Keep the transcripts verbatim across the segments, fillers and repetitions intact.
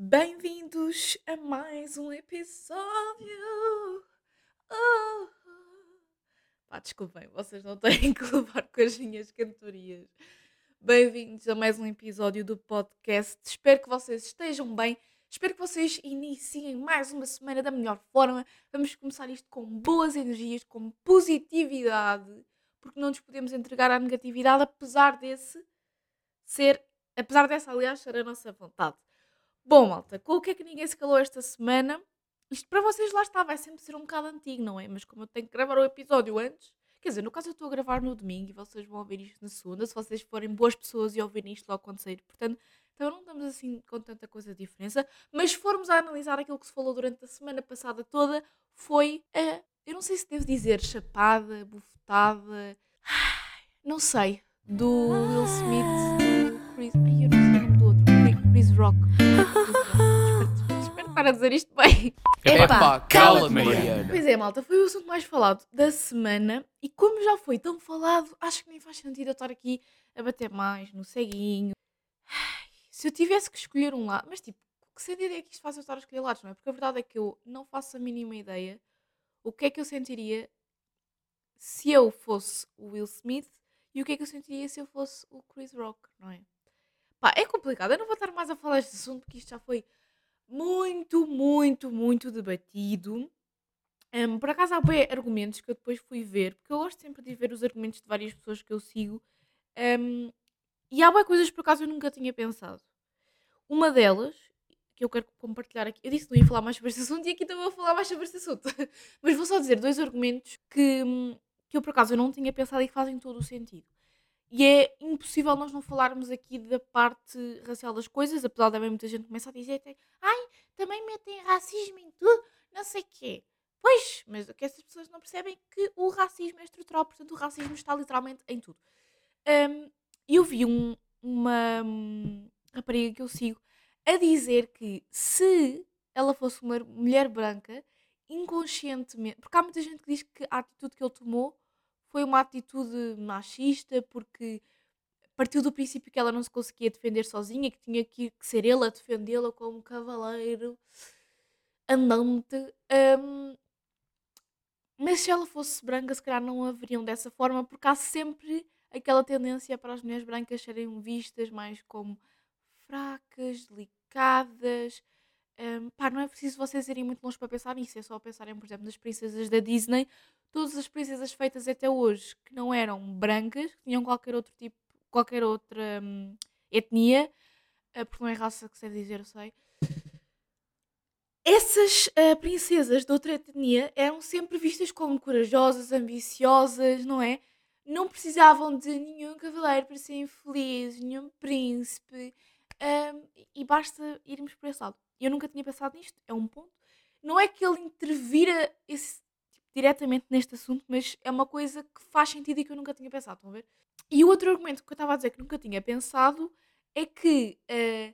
Bem-vindos a mais um episódio. Oh, oh. Pá, desculpem, vocês não têm que levar com as minhas cantorias. Bem-vindos a mais um episódio do podcast. Espero que vocês estejam bem. Espero que vocês iniciem mais uma semana da melhor forma. Vamos começar isto com boas energias, com positividade, porque não nos podemos entregar à negatividade, apesar desse ser, apesar dessa, aliás, ser a nossa vontade. Bom, malta, com o que é que ninguém se calou esta semana? Isto para vocês lá está, vai sempre ser um bocado antigo, não é? Mas como eu tenho que gravar o episódio antes, quer dizer, no caso eu estou a gravar no domingo e vocês vão ouvir isto na segunda, se vocês forem boas pessoas e ouvirem isto logo quando sair. Portanto, então não estamos assim com tanta coisa de diferença. Mas se formos a analisar aquilo que se falou durante a semana passada toda, foi a, eu não sei se devo dizer chapada, bufetada, não sei, do Will Smith, do Chris, ai, eu não sei o nome do outro, Chris Rock. Espero, espero estar a dizer isto bem. Epá, cala-te, Mariana. Pois é, malta, foi o assunto mais falado da semana e como já foi tão falado, acho que nem faz sentido eu estar aqui a bater mais no ceguinho. Ai, se eu tivesse que escolher um lado, mas tipo, que sentido é que isto faz eu estar a escolher lados, não é? Porque a verdade é que eu não faço a mínima ideia o que é que eu sentiria se eu fosse o Will Smith e o que é que eu sentiria se eu fosse o Chris Rock, não é? Pá, é complicado, eu não vou estar mais a falar deste assunto porque isto já foi muito, muito, muito debatido. Hum, por acaso há bué argumentos que eu depois fui ver, porque eu gosto sempre de ver os argumentos de várias pessoas que eu sigo. hum, e há bué coisas que por acaso eu nunca tinha pensado. Uma delas, que eu quero compartilhar aqui, eu disse que não ia falar mais sobre este assunto e aqui também vou falar mais sobre este assunto. Mas vou só dizer dois argumentos que, hum, que eu por acaso eu não tinha pensado e que fazem todo o sentido. E é impossível nós não falarmos aqui da parte racial das coisas, apesar de haver muita gente que começa a dizer até, ai, também metem racismo em tudo, não sei o quê. Pois, mas o que essas pessoas não percebem é que o racismo é estrutural, portanto o racismo está literalmente em tudo. Hum, eu vi um- uma hum, rapariga que eu sigo a dizer que se ela fosse uma mulher branca, inconscientemente, porque há muita gente que diz que a atitude que ele tomou foi uma atitude machista, porque partiu do princípio que ela não se conseguia defender sozinha, que tinha que, que ser ele a defendê-la como um cavaleiro andante. Hum, mas se ela fosse branca, se calhar não haveriam dessa forma, porque há sempre aquela tendência para as mulheres brancas serem vistas mais como fracas, delicadas. Hum, pá, não é preciso vocês irem muito longe para pensar nisso, é só pensarem, por exemplo, nas princesas da Disney. Todas as princesas feitas até hoje que não eram brancas, que tinham qualquer outro tipo, qualquer outra hum, etnia, eh, porque não é raça que se deve dizer, eu sei. Essas ah, princesas de outra etnia eram sempre vistas como corajosas, ambiciosas, não é? Não precisavam de nenhum cavaleiro para serem felizes, nenhum príncipe, ahm, e basta irmos por esse lado. Eu nunca tinha pensado nisto, é um ponto. Não é que ele intervira esse, tipo, diretamente neste assunto, mas é uma coisa que faz sentido e que eu nunca tinha pensado, estão a ver? E o outro argumento que eu estava a dizer que nunca tinha pensado é que ah,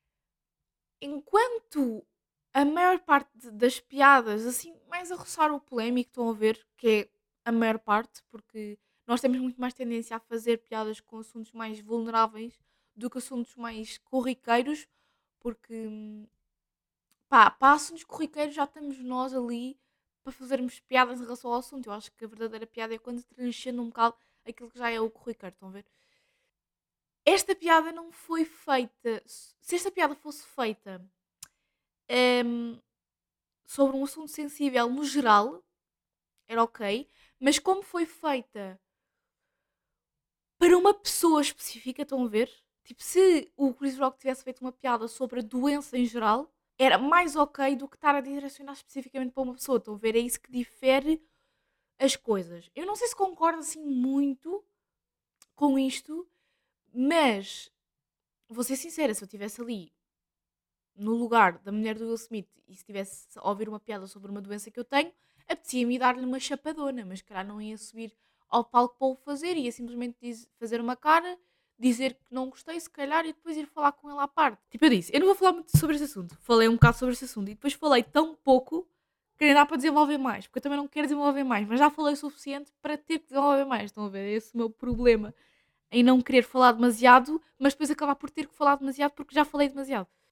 enquanto a maior parte de- das piadas, assim, mais a roçar o polémico, estão a ver, que é a maior parte, porque nós temos muito mais tendência a fazer piadas com assuntos mais vulneráveis do que assuntos mais corriqueiros, porque, hum, pá, para assuntos corriqueiros já estamos nós ali para fazermos piadas em relação ao assunto. Eu acho que a verdadeira piada é quando transcende um bocado aquilo que já é o corriqueiro, estão a ver? Esta piada não foi feita. Se esta piada fosse feita hum, sobre um assunto sensível no geral, era ok, mas como foi feita para uma pessoa específica, estão a ver? Tipo, se o Chris Rock tivesse feito uma piada sobre a doença em geral, era mais ok do que estar a direcionar especificamente para uma pessoa, estão a ver? É isso que difere as coisas. Eu não sei se concordo assim muito com isto, mas vou ser sincera, se eu estivesse ali no lugar da mulher do Will Smith e se tivesse a ouvir uma piada sobre uma doença que eu tenho, apetecia-me dar-lhe uma chapadona, mas calhar não ia subir ao palco para o fazer, ia simplesmente diz- fazer uma cara, dizer que não gostei, se calhar, e depois ir falar com ele à parte. Tipo, eu disse, eu não vou falar muito sobre este assunto. Falei um bocado sobre este assunto e depois falei tão pouco que nem dá para desenvolver mais, porque eu também não quero desenvolver mais, mas já falei o suficiente para ter que desenvolver mais. Estão a ver? É esse o meu problema em não querer falar demasiado, mas depois acabar por ter que falar demasiado porque já falei demasiado.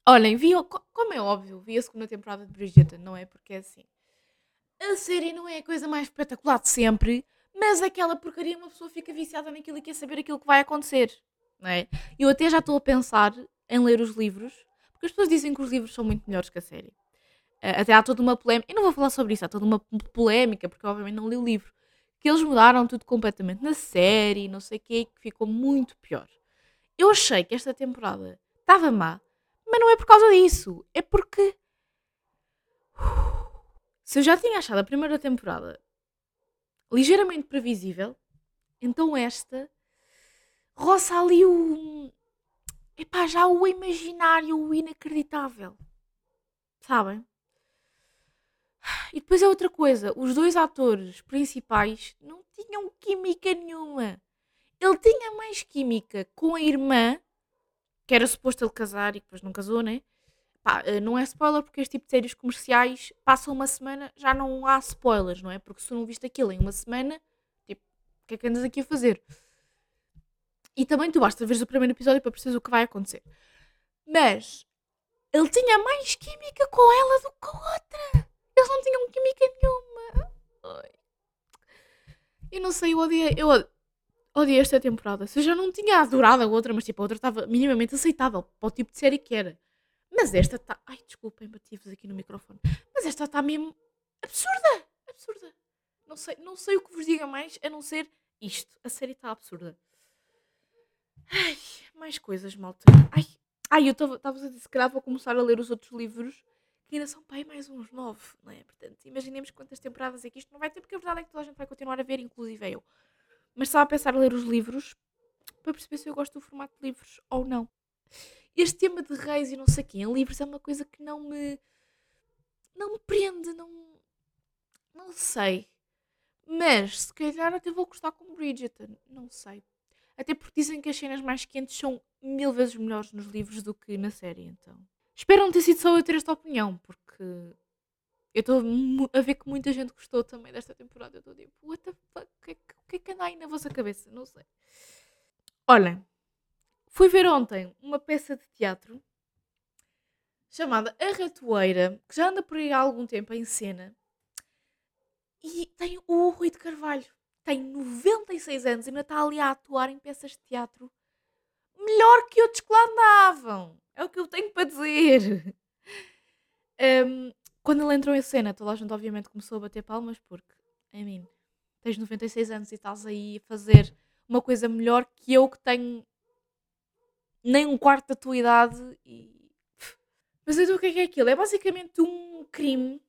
Olhem, vi, o- co- como é óbvio, vi a segunda temporada de Bridgerton, não é? Porque é assim. A série não é a coisa mais espetacular de sempre, mas aquela porcaria uma pessoa fica viciada naquilo e quer saber aquilo que vai acontecer, não é? Eu até já estou a pensar em ler os livros, porque as pessoas dizem que os livros são muito melhores que a série. Eh, Até há toda uma polémica, eu não vou falar sobre isso, há toda uma p- polémica, porque obviamente não li o livro, que eles mudaram tudo completamente na série, não sei o quê, que ficou muito pior. Eu achei que esta temporada estava má, mas não é por causa disso, é porque se eu já tinha achado a primeira temporada ligeiramente previsível, então esta roça ali o. Epá, já o imaginário, o inacreditável. Sabem? E depois é outra coisa: os dois atores principais não tinham química nenhuma. Ele tinha mais química com a irmã, que era suposto ele casar e depois não casou, né? Pá, eh, não é spoiler porque este tipo de séries comerciais passam uma semana, já não há spoilers, não é? Porque se tu não viste aquilo em uma semana, tipo, o que é que andas aqui a fazer? E também tu basta ver o primeiro episódio para perceber o que vai acontecer. Mas ele tinha mais química com ela do que com a outra. Eles não tinham química nenhuma. Ai. Eu não sei, eu odiei, eu odiei esta temporada. Se eu já não tinha adorado a outra, mas tipo, a outra estava minimamente aceitável para o tipo de série que era. Mas esta está. Ai, desculpem, bati-vos aqui no microfone. Mas esta está mesmo absurda. Absurda. Não sei, não sei o que vos diga mais a não ser isto. A série está absurda. Ai, mais coisas, malta. Ai, ai eu estava a dizer, se calhar vou começar a ler os outros livros, que ainda são para aí mais uns nove, não é? Portanto, imaginemos quantas temporadas é que isto não vai ter, porque a verdade é que toda a gente vai continuar a ver, inclusive eu. Mas estava a pensar em ler os livros, para perceber se eu gosto do formato de livros ou não. Este tema de reis e não sei quem em livros é uma coisa que não me... não me prende, não... não sei. Mas, se calhar até vou gostar com Bridgerton, não sei. Até porque dizem que as cenas mais quentes são mil vezes melhores nos livros do que na série, então. Espero não ter sido só eu ter esta opinião, porque eu estou a ver que muita gente gostou também desta temporada. Eu estou tipo, what the fuck? O que, é que, o que é que anda aí na vossa cabeça? Não sei. Olhem, fui ver ontem uma peça de teatro chamada A Ratoeira, que já anda por aí há algum tempo em cena, e tem o Rui de Carvalho. Tem noventa e seis anos e ainda está ali a atuar em peças de teatro melhor que outros que lá andavam. É o que eu tenho para dizer. Hum, quando ele entrou em cena, toda a gente obviamente começou a bater palmas porque, I mean, tens noventa e seis anos e estás aí a fazer uma coisa melhor que eu que tenho nem um quarto da tua idade e... Mas então o que é que é aquilo? É basicamente um crime,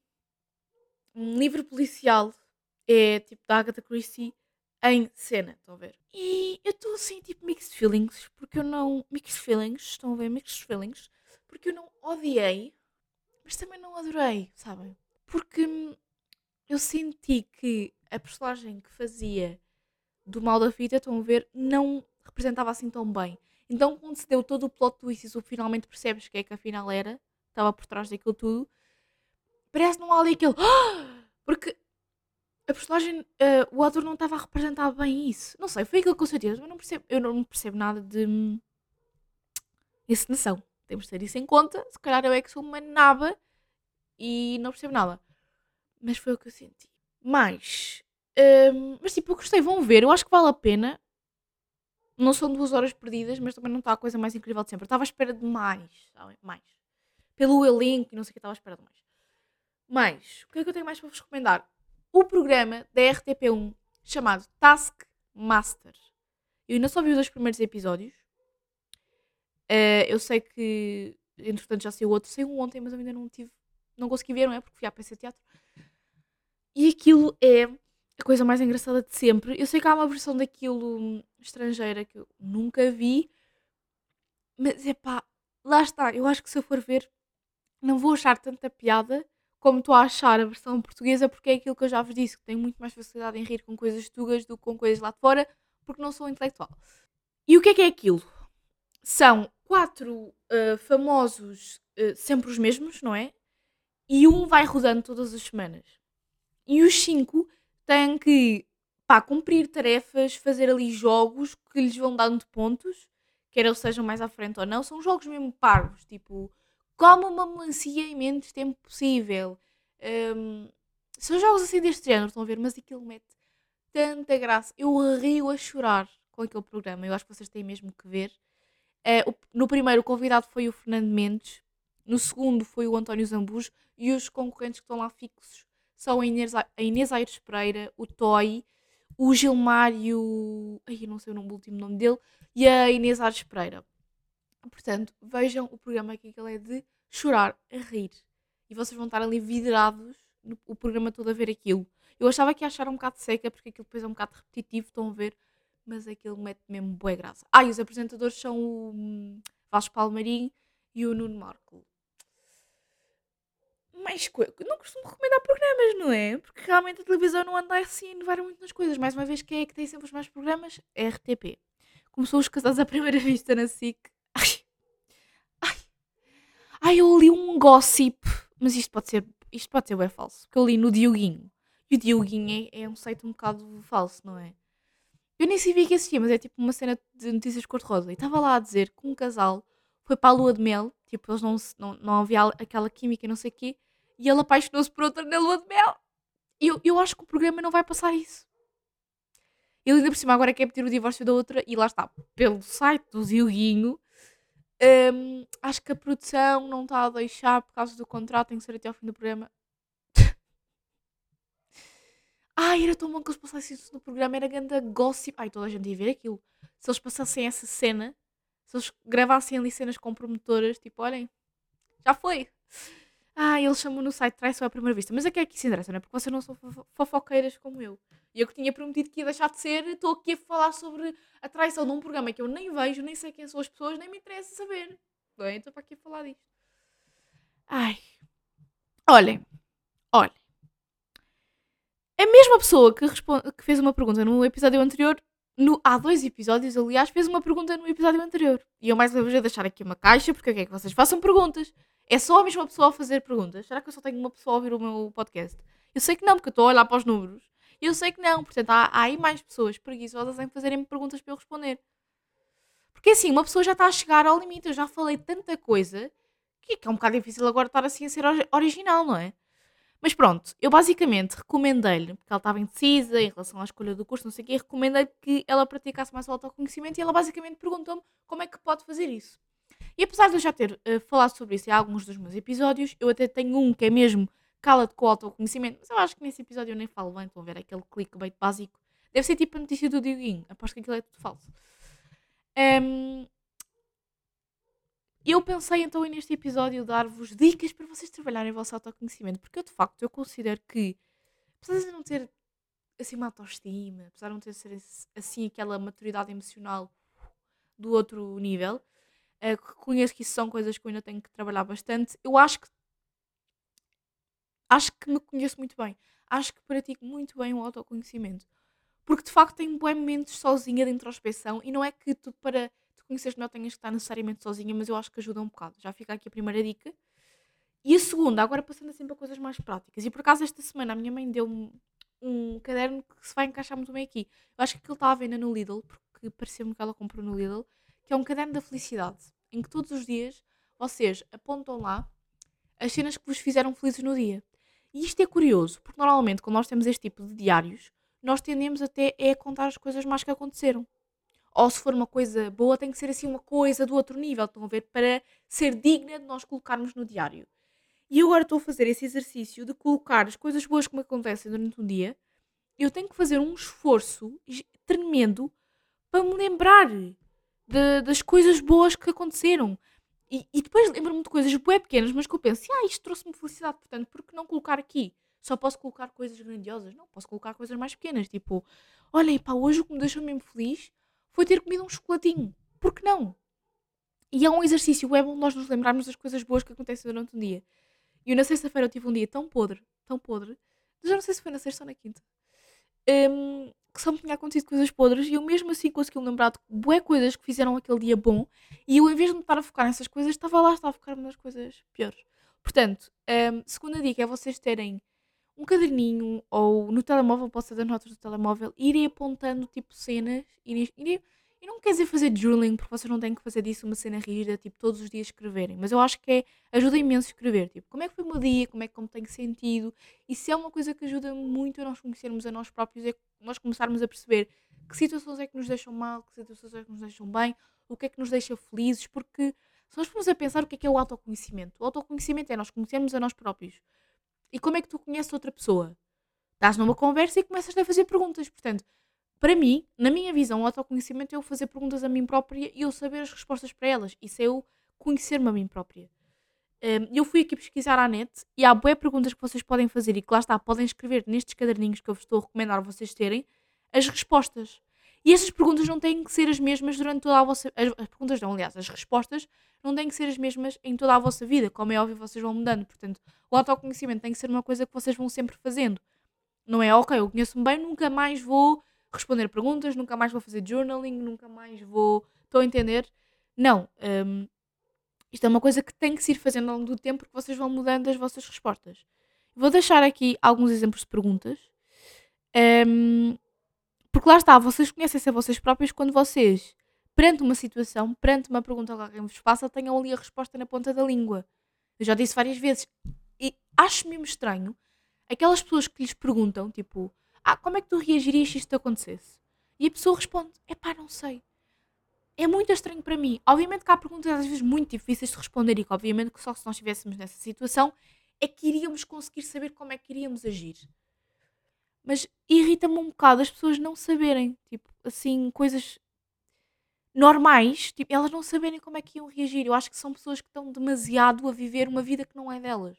um livro policial, é tipo da Agatha Christie, em cena, estão a ver? E eu estou assim, tipo, mixed feelings, porque eu não... Mixed feelings, estão a ver? Mixed feelings, porque eu não odiei, mas também não adorei, sabem? Porque hum, eu senti que a personagem que fazia do mal da fita, estão a ver, não representava assim tão bem. Então, quando se deu todo o plot twist e tu finalmente percebes que é que afinal era, estava por trás daquilo tudo, parece que não há ali aquele. Porque a personagem, eh, o ator não estava a representar bem isso. Não sei, foi aquilo que eu senti, mas não percebo, eu não percebo nada de hum, encenação. Temos de ter isso em conta. Se calhar eu é que sou uma naba e não percebo nada. Mas foi o que eu senti. Mas, hum, mas tipo, eu gostei, vão ver, eu acho que vale a pena. Não são duas horas perdidas, mas também não está a coisa mais incrível de sempre. Eu estava à espera de mais, sabem? Mais. Pelo elenco e não sei o que, estava à espera de mais. Mas, o que é que eu tenho mais para vos recomendar? O programa da R T P um chamado Task Master. Eu ainda só vi os dois primeiros episódios. Eh, eu sei que, entretanto, já saiu outro. Saiu um ontem, mas eu ainda não tive. Não consegui ver, não é? Porque fui à peça de teatro. E aquilo é a coisa mais engraçada de sempre. Eu sei que há uma versão daquilo hum, estrangeira que eu nunca vi. Mas é pá, lá está. Eu acho que se eu for ver, não vou achar tanta piada como estou a achar a versão portuguesa, porque é aquilo que eu já vos disse, que tenho muito mais facilidade em rir com coisas tugas do que com coisas lá de fora, porque não sou intelectual. E o que é que é aquilo? São quatro ah, famosos, ah, sempre os mesmos, não é? E um vai rodando todas as semanas. E os cinco têm que, pá, cumprir tarefas, fazer ali jogos que lhes vão dando pontos, quer eles sejam mais à frente ou não. São jogos mesmo parvos, tipo Come uma melancia em menos tempo possível. Um, são jogos assim deste género, estão a ver? Mas aquilo mete tanta graça. Eu rio a chorar com aquele programa. Eu acho que vocês têm mesmo que ver. Eh, o- no primeiro, o convidado foi o Fernando Mendes. No segundo, foi o António Zambujo. E os concorrentes que estão lá fixos são a Inês, A- a Inês Aires Pereira, o Toy, o Gilmário. Ai, eu não sei o, nome, o último nome dele. E a Inês Aires Pereira. Portanto, vejam o programa aqui que ele é de chorar, a rir. E vocês vão estar ali vidrados no o programa todo a ver aquilo. Eu achava que ia achar um bocado seca, porque aquilo depois é um bocado repetitivo, estão a ver? Mas aquilo mete mesmo bué graça. Ah, e os apresentadores são o hum, Vasco Palmeirim e o Nuno Marco. Mais coisa. Não costumo recomendar programas, não é? Porque realmente a televisão não anda assim a inovar muito nas coisas. Mais uma vez, quem é que tem sempre os mais programas? É a R T P. Começou os casados à primeira vista na S I C. Ai, ai, ai, eu li um gossip. Mas isto pode ser, isto pode ser bem falso. Que eu li no Dioguinho. E o Dioguinho é, é um site um bocado falso, não é? Eu nem sabia que existia, mas é tipo uma cena de notícias cor-de-rosa. E estava lá a dizer que um casal foi para a lua de mel, tipo, eles não, se- não, não havia aquela química e não sei o quê, e ele apaixonou-se por outra na lua de mel. E eu, eu acho que o programa não vai passar isso. Ele ainda por cima agora quer pedir o divórcio da outra, e lá está, pelo site do Zilguinho, hum, acho que a produção não está a deixar por causa do contrato, tem que ser até ao fim do programa. Ai, era tão bom que eles passassem isso no programa, era ganda gossip. Ai, toda a gente ia ver aquilo. Se eles passassem essa cena, se eles gravassem ali cenas comprometedoras, tipo, olhem, já foi. Ah, eles chamam no site Traição à Primeira Vista. Mas é que é que isso interessa, não é? Porque vocês não são fofo- fofoqueiras como eu. E eu que tinha prometido que ia deixar de ser, estou aqui a falar sobre a traição num programa que eu nem vejo, nem sei quem são as pessoas, nem me interessa saber. Bem, estou para aqui a falar disto. Ai, olhem, olhem. A mesma pessoa que, respon- que fez uma pergunta no episódio anterior, no- há dois episódios, aliás, fez uma pergunta no episódio anterior. E eu mais uma vez vou deixar aqui uma caixa, porque eu quero que vocês façam perguntas. É só a mesma pessoa a fazer perguntas? Será que eu só tenho uma pessoa a ouvir o meu podcast? Eu sei que não, porque eu estou a olhar para os números. E eu sei que não, portanto há, há aí mais pessoas preguiçosas em fazerem perguntas para eu responder. Porque assim, uma pessoa já está a chegar ao limite, eu já falei tanta coisa que, que é um bocado difícil agora estar assim a ser ori- original, não é? Mas pronto, eu basicamente recomendei-lhe, porque ela estava indecisa em relação à escolha do curso, não sei o quê, recomendei-lhe que ela praticasse mais o autoconhecimento e ela basicamente perguntou-me como é que pode fazer isso. E apesar de eu já ter eh, falado sobre isso em alguns dos meus episódios, eu até tenho um que é mesmo cala-te com o autoconhecimento, mas eu acho que nesse episódio eu nem falo bem, estão a ver aquele clickbait básico. Deve ser tipo a notícia do Dioguinho, aposto que aquilo é tudo falso. Ehm, eu pensei então neste episódio dar-vos dicas para vocês trabalharem o vosso autoconhecimento, porque eu de facto eu considero que, apesar de não ter assim uma autoestima, apesar de não ter ser assim aquela maturidade emocional do outro nível, eh, reconheço que isso são coisas que eu ainda tenho que trabalhar bastante. Eu acho que acho que me conheço muito bem. Acho que pratico muito bem o autoconhecimento. Porque de facto tenho bons momentos sozinha de introspeção e não é que tu para te conheceres melhor tenhas que estar necessariamente sozinha, mas eu acho que ajuda um bocado. Já fica aqui a primeira dica. E a segunda, agora passando assim para coisas mais práticas. E por acaso esta semana a minha mãe deu-me um caderno que se vai encaixar muito bem aqui. Eu acho que aquilo está à venda no Lidl, porque pareceu-me que ela comprou no Lidl, que é um caderno da felicidade, em que todos os dias vocês apontam lá as cenas que vos fizeram felizes no dia. E isto é curioso, porque normalmente quando nós temos este tipo de diários, nós tendemos até é a contar as coisas más que aconteceram. Ou se for uma coisa boa, tem que ser assim uma coisa do outro nível, estão a ver? Para ser digna de nós colocarmos no diário. E eu agora estou a fazer esse exercício de colocar as coisas boas que me acontecem durante um dia. Eu tenho que fazer um esforço tremendo para me lembrar de- das coisas boas que aconteceram. E, e depois lembro-me de coisas bué pequenas, mas que eu penso, ah, isto trouxe-me felicidade, portanto, por que não colocar aqui? Só posso colocar coisas grandiosas? Não, posso colocar coisas mais pequenas, tipo, olha, pá, hoje o que me deixou mesmo feliz foi ter comido um chocolatinho. Por que não? E é um exercício é bom nós nos lembrarmos das coisas boas que acontecem durante um dia. E eu na sexta-feira eu tive um dia tão podre, tão podre, já não sei se foi na sexta ou na quinta, hum, que só me tinha acontecido coisas podres e eu mesmo assim consegui-me lembrar de bué coisas que fizeram aquele dia bom e eu em vez de me estar a focar nessas coisas, estava lá, estava a focar nas coisas piores. Portanto, hum, segunda dica é vocês terem um caderninho ou no telemóvel, posso fazer notas do telemóvel, e irem apontando tipo cenas, irem, irem, E não quer dizer fazer journaling, porque vocês não têm que fazer disso uma cena rígida, tipo, todos os dias escreverem. Mas eu acho que é, ajuda imenso escrever, tipo, como é que foi o meu dia, como é que como tenho sentido. E se é uma coisa que ajuda muito a nós conhecermos a nós próprios, é nós começarmos a perceber que situações é que nos deixam mal, que situações é que nos deixam bem, o que é que nos deixa felizes, porque se nós formos a pensar o que é que é o autoconhecimento, o autoconhecimento é nós conhecermos a nós próprios. E como é que tu conheces outra pessoa? Estás numa conversa e começas a fazer perguntas. Portanto, para mim, na minha visão, o autoconhecimento é eu fazer perguntas a mim própria e eu saber as respostas para elas. Isso é eu conhecer-me a mim própria. Hum, Eu fui aqui pesquisar à net e há boas perguntas que vocês podem fazer e que lá está, podem escrever nestes caderninhos que eu vos estou a recomendar vocês terem as respostas. E estas perguntas não têm que ser as mesmas durante toda a vossa... As, as perguntas não, aliás, as respostas não têm que ser as mesmas em toda a vossa vida. Como é óbvio, vocês vão mudando. Portanto, o autoconhecimento tem que ser uma coisa que vocês vão sempre fazendo. Não é, ok, eu conheço-me bem, nunca mais vou responder perguntas, nunca mais vou fazer journaling, nunca mais vou... Estão a entender? Não. hum, Isto é uma coisa que tem que se ir fazendo ao longo do tempo porque vocês vão mudando as vossas respostas. Vou deixar aqui alguns exemplos de perguntas. hum, Porque lá está, vocês conhecem-se a vocês próprios quando vocês, perante uma situação, perante uma pergunta que alguém vos faça, tenham ali a resposta na ponta da língua. Eu já disse várias vezes. E acho mesmo estranho aquelas pessoas que lhes perguntam, tipo, ah, como é que tu reagirias se isto acontecesse? E a pessoa responde, epá, não sei. É muito estranho para mim. Obviamente que há perguntas às vezes muito difíceis de responder e que obviamente que só se nós estivéssemos nessa situação é que iríamos conseguir saber como é que iríamos agir. Mas irrita-me um bocado as pessoas não saberem, tipo, assim, coisas normais, tipo, elas não saberem como é que iam reagir. Eu acho que são pessoas que estão demasiado a viver uma vida que não é delas.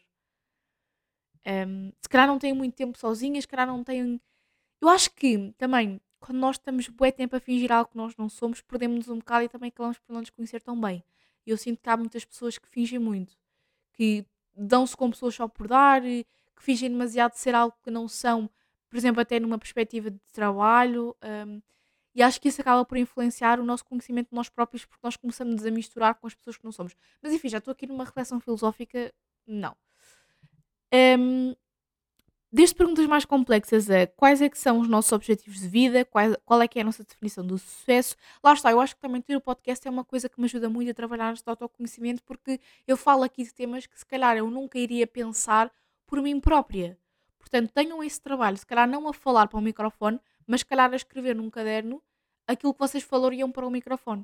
Hum, se calhar não têm muito tempo sozinhas, se calhar não têm. Eu acho que também, quando nós estamos bué tempo a fingir algo que nós não somos, perdemos-nos um bocado e também acabamos por não nos conhecer tão bem. E eu sinto que há muitas pessoas que fingem muito, que dão-se com pessoas só por dar, eh, que fingem demasiado ser algo que não são, por exemplo, até numa perspectiva de trabalho. hum, e acho que isso acaba por influenciar o nosso conhecimento de nós próprios, porque nós começamos a misturar com as pessoas que não somos. Mas enfim, já estou aqui numa reflexão filosófica, não. Hum, Desde perguntas mais complexas a quais é que são os nossos objetivos de vida, qual, qual é que é a nossa definição do sucesso. Lá está, eu acho que também ter o podcast é uma coisa que me ajuda muito a trabalhar este autoconhecimento, porque eu falo aqui de temas que se calhar eu nunca iria pensar por mim própria. Portanto, tenham esse trabalho, se calhar não a falar para o microfone, mas se calhar a escrever num caderno aquilo que vocês falariam para o microfone.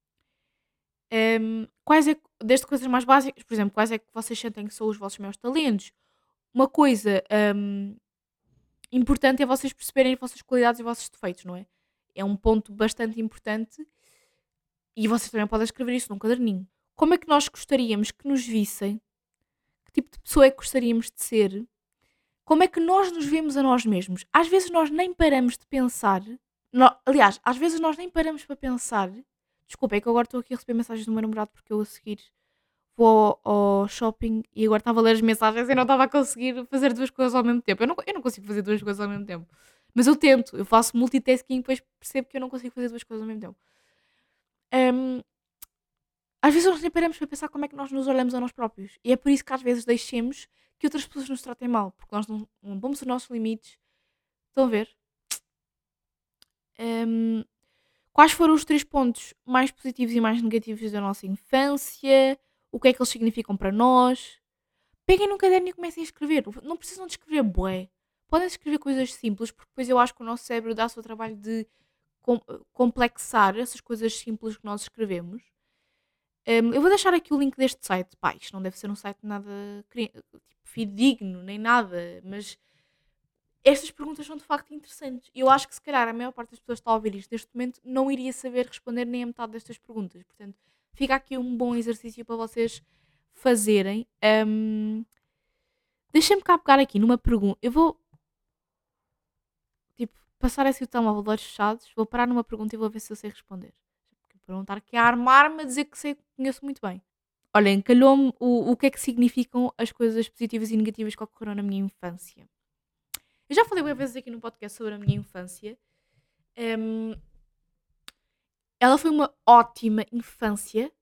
Hum, quais é, que- desde coisas mais básicas, por exemplo, quais é que vocês sentem que são os vossos maiores talentos? Uma coisa hum, importante é vocês perceberem as vossas qualidades e os vossos defeitos, não é? É um ponto bastante importante e vocês também podem escrever isso num caderninho. Como é que nós gostaríamos que nos vissem? Que tipo de pessoa é que gostaríamos de ser? Como é que nós nos vemos a nós mesmos? Às vezes nós nem paramos de pensar. no- aliás, às vezes nós nem paramos para pensar. Desculpa, é que eu agora estou aqui a receber mensagens do meu namorado porque eu a seguir vou ao, ao shopping e agora estava a ler as mensagens e não estava a conseguir fazer duas coisas ao mesmo tempo. Eu não, eu não consigo fazer duas coisas ao mesmo tempo. Mas eu tento, eu faço multitasking e depois percebo que eu não consigo fazer duas coisas ao mesmo tempo. Hum, Às vezes nós nem paramos para pensar como é que nós nos olhamos a nós próprios. E é por isso que às vezes deixemos que outras pessoas nos tratem mal, porque nós não, não pomos os nossos limites. Estão a ver? Hum, Quais foram os três pontos mais positivos e mais negativos da nossa infância? O que é que eles significam para nós? Peguem num caderno e comecem a escrever. Não precisam de escrever bué. Podem escrever coisas simples, porque depois eu acho que o nosso cérebro dá-se o trabalho de com- complexar essas coisas simples que nós escrevemos. Hum, eu vou deixar aqui o link deste site. Pá, isto não deve ser um site nada cri- tipo, fidedigno, nem nada, mas estas perguntas são de facto interessantes. E eu acho que se calhar a maior parte das pessoas que está a ouvir isto neste momento não iria saber responder nem a metade destas perguntas. Portanto, fica aqui um bom exercício para vocês fazerem. Hum, Deixem-me cá pegar aqui numa pergunta. Eu vou, tipo, passar assim o telemóvel de olhos fechados, vou parar numa pergunta e vou ver se eu sei responder. Porque perguntar aqui a armar-me a dizer que sei que conheço muito bem. Olhem, calhou-me o, o que é que significam as coisas positivas e negativas que ocorreram na minha infância. Eu já falei uma vez aqui no podcast sobre a minha infância. Hum, ela foi uma ótima infância,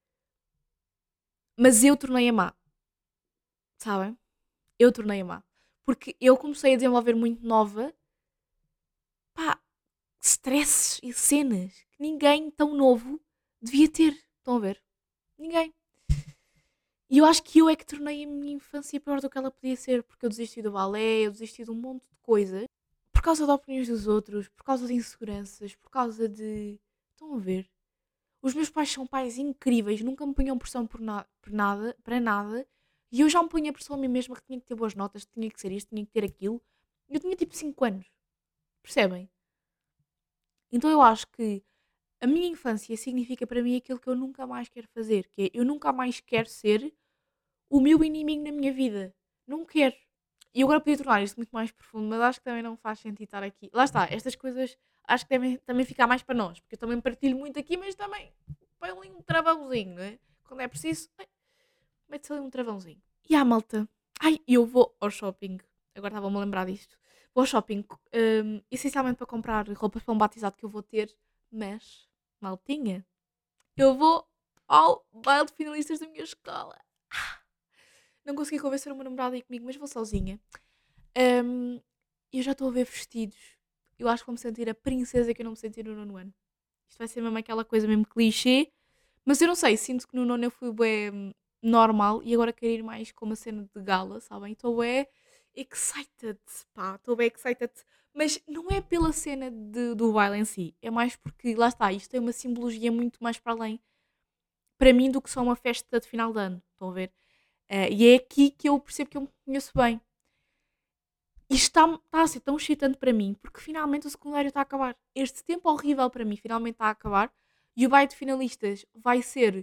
mas eu tornei-a má. Sabem? Eu tornei-a má. Porque eu comecei a desenvolver muito nova, pá, stresses e cenas que ninguém tão novo devia ter. Estão a ver? Ninguém. E eu acho que eu é que tornei a minha infância pior do que ela podia ser, porque eu desisti do balé, eu desisti de um monte de coisas, por causa de opiniões dos outros, por causa de inseguranças, por causa de... Estão a ver? Os meus pais são pais incríveis, nunca me punham pressão por, na- por nada, para nada, e eu já me punha pressão a mim mesma que tinha que ter boas notas, que tinha que ser isto, tinha que ter aquilo. Eu tinha tipo cinco anos, percebem? Então eu acho que a minha infância significa para mim aquilo que eu nunca mais quero fazer, que é eu nunca mais quero ser o meu inimigo na minha vida. Não quero. E eu agora podia tornar isto muito mais profundo, mas acho que também não faz sentido estar aqui. Lá está, estas coisas acho que devem também ficar mais para nós, porque eu também partilho muito aqui, mas também põe ali um travãozinho, não é? Quando é preciso, ai, mete-se ali um travãozinho. E à malta, ai, eu vou ao shopping, agora estava-me a lembrar disto. Vou ao shopping, hum, essencialmente para comprar roupas para um batizado que eu vou ter, mas, maltinha, eu vou ao baile de finalistas da minha escola. Não consegui convencer o meu namorado a ir comigo, mas vou sozinha. Hum, eu já estou a ver vestidos. Eu acho que vou me sentir a princesa que eu não me senti no nono ano. Isto vai ser mesmo aquela coisa mesmo clichê. Mas eu não sei, sinto que no nono eu fui bem normal e agora quero ir mais com uma cena de gala, sabem? Estou bem excited, pá, estou bem excited. Mas não é pela cena de- do baile em si, é mais porque, lá está, isto tem uma simbologia muito mais para além, para mim, do que só uma festa de final de ano, estão a ver? Eh, e é aqui que eu percebo que eu me conheço bem. Isto está, está a ser tão excitante para mim, porque finalmente o secundário está a acabar. Este tempo horrível para mim finalmente está a acabar e o baile de finalistas vai ser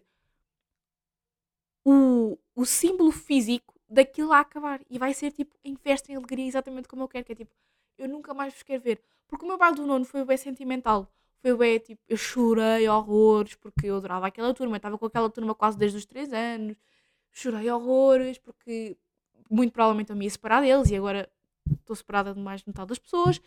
o, o símbolo físico daquilo a acabar. E vai ser tipo em festa, em alegria, exatamente como eu quero. Que é tipo, eu nunca mais vos quero ver. Porque o meu baile do nono foi bem sentimental. Foi bem tipo, eu chorei horrores porque eu adorava aquela turma. Eu estava com aquela turma quase desde os três anos. Chorei horrores porque muito provavelmente eu me ia separar deles e agora estou separada de mais de metade das pessoas.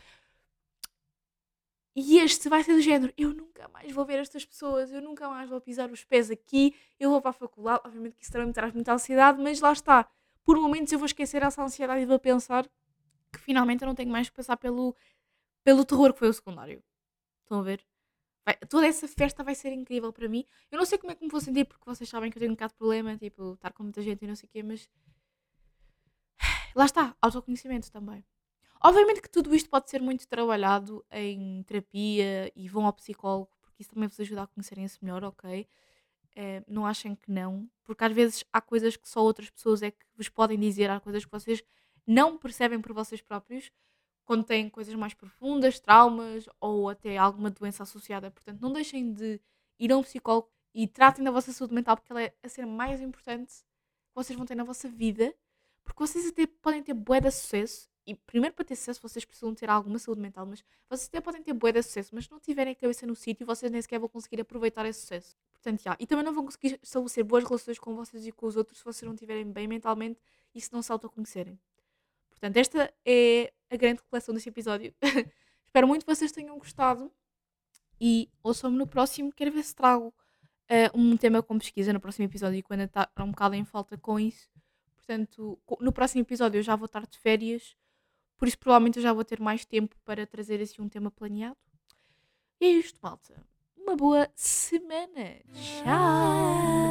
E este vai ser do género, eu nunca mais vou ver estas pessoas, eu nunca mais vou pisar os pés aqui, eu vou para a faculdade, obviamente que isso também me traz muita ansiedade, mas lá está. Por momentos eu vou esquecer essa ansiedade e vou pensar que finalmente eu não tenho mais que passar pelo, pelo terror que foi o secundário. Estão a ver? Vai- toda essa festa vai ser incrível para mim. Eu não sei como é que me vou sentir, porque vocês sabem que eu tenho um bocado de problema, tipo, estar com muita gente e não sei o quê, mas lá está, autoconhecimento também. Obviamente que tudo isto pode ser muito trabalhado em terapia e vão ao psicólogo, porque isso também vos ajuda a conhecerem-se melhor, ok? Eh, não achem que não, porque às vezes há coisas que só outras pessoas é que vos podem dizer, há coisas que vocês não percebem por vocês próprios, quando têm coisas mais profundas, traumas ou até alguma doença associada. Portanto, não deixem de ir a um psicólogo e tratem da vossa saúde mental, porque ela é a ser mais importante que vocês vão ter na vossa vida, porque vocês até podem ter bué de sucesso. E primeiro, para ter sucesso, vocês precisam ter alguma saúde mental, mas vocês até podem ter bué de sucesso, mas se não tiverem a cabeça no sítio, vocês nem sequer vão conseguir aproveitar esse sucesso. Portanto, já. E também não vão conseguir estabelecer boas relações com vocês e com os outros se vocês não estiverem bem mentalmente e se não se autoconhecerem. Portanto, esta é a grande reflexão deste episódio. Espero muito que vocês tenham gostado e ouçam-me no próximo. Quero ver se trago eh, um tema com pesquisa no próximo episódio e quando está um bocado em falta com isso. Portanto, co- no próximo episódio eu já vou estar de férias, por isso provavelmente eu já vou ter mais tempo para trazer assim um tema planeado. E é isto, malta. Uma boa semana. Tchau!